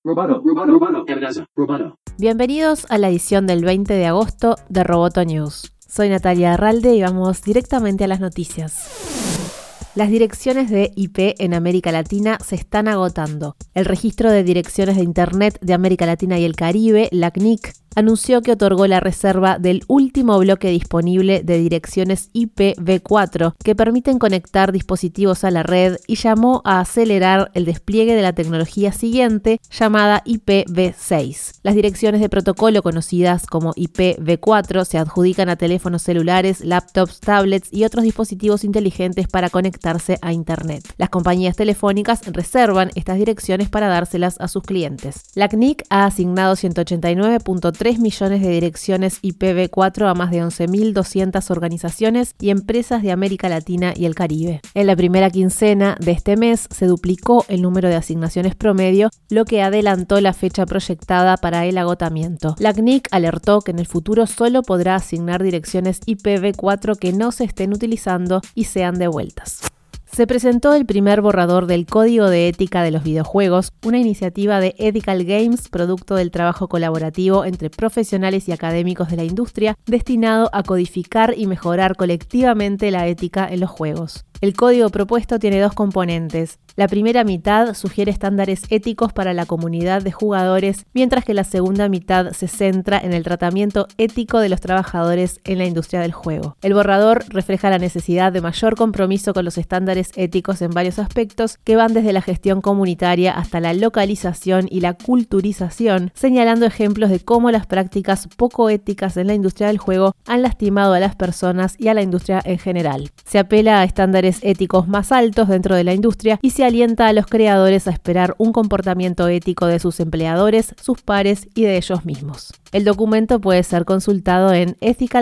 Bienvenidos a la edición del 20 de agosto de Roboto News. Soy Natalia Arralde y vamos directamente a las noticias. Las direcciones de IP en América Latina se están agotando. El Registro de Direcciones de Internet de América Latina y el Caribe, la CNIC, anunció que otorgó la reserva del último bloque disponible de direcciones IPv4 que permiten conectar dispositivos a la red y llamó a acelerar el despliegue de la tecnología siguiente llamada IPv6. Las direcciones de protocolo conocidas como IPv4 se adjudican a teléfonos celulares, laptops, tablets y otros dispositivos inteligentes para conectarse a Internet. Las compañías telefónicas reservan estas direcciones para dárselas a sus clientes. La CNIC ha asignado 189.3 millones de direcciones IPv4 a más de 11.200 organizaciones y empresas de América Latina y el Caribe. En la primera quincena de este mes se duplicó el número de asignaciones promedio, lo que adelantó la fecha proyectada para el agotamiento. La CNIC alertó que en el futuro solo podrá asignar direcciones IPv4 que no se estén utilizando y sean devueltas. Se presentó el primer borrador del Código de Ética de los Videojuegos, una iniciativa de Ethical Games, producto del trabajo colaborativo entre profesionales y académicos de la industria, destinado a codificar y mejorar colectivamente la ética en los juegos. El código propuesto tiene dos componentes. La primera mitad sugiere estándares éticos para la comunidad de jugadores, mientras que la segunda mitad se centra en el tratamiento ético de los trabajadores en la industria del juego. El borrador refleja la necesidad de mayor compromiso con los estándares éticos en varios aspectos que van desde la gestión comunitaria hasta la localización y la culturización, señalando ejemplos de cómo las prácticas poco éticas en la industria del juego han lastimado a las personas y a la industria en general. Se apela a estándares éticos más altos dentro de la industria y se alienta a los creadores a esperar un comportamiento ético de sus empleadores, sus pares y de ellos mismos. El documento puede ser consultado en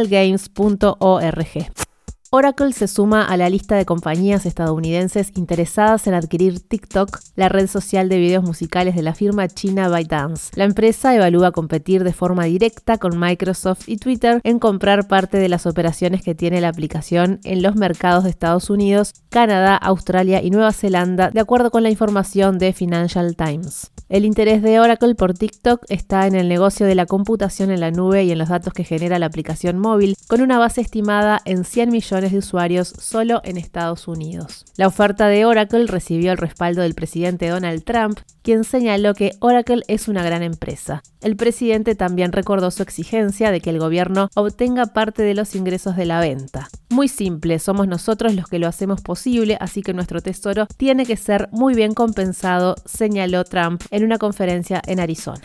ethicalgames.org. Oracle se suma a la lista de compañías estadounidenses interesadas en adquirir TikTok, la red social de videos musicales de la firma china ByteDance. La empresa evalúa competir de forma directa con Microsoft y Twitter en comprar parte de las operaciones que tiene la aplicación en los mercados de Estados Unidos, Canadá, Australia y Nueva Zelanda, de acuerdo con la información de Financial Times. El interés de Oracle por TikTok está en el negocio de la computación en la nube y en los datos que genera la aplicación móvil, con una base estimada en 100 millones de usuarios solo en Estados Unidos. La oferta de Oracle recibió el respaldo del presidente Donald Trump, quien señaló que Oracle es una gran empresa. El presidente también recordó su exigencia de que el gobierno obtenga parte de los ingresos de la venta. Muy simple, somos nosotros los que lo hacemos posible, así que nuestro tesoro tiene que ser muy bien compensado, señaló Trump en una conferencia en Arizona.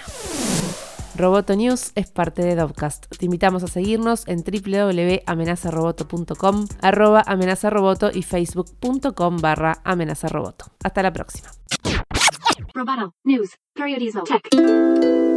Roboto News es parte de Dovcast. Te invitamos a seguirnos en www.amenazaroboto.com, @amenazaroboto y facebook.com/amenazaroboto. Hasta la próxima. Roboto News, periodismo tech.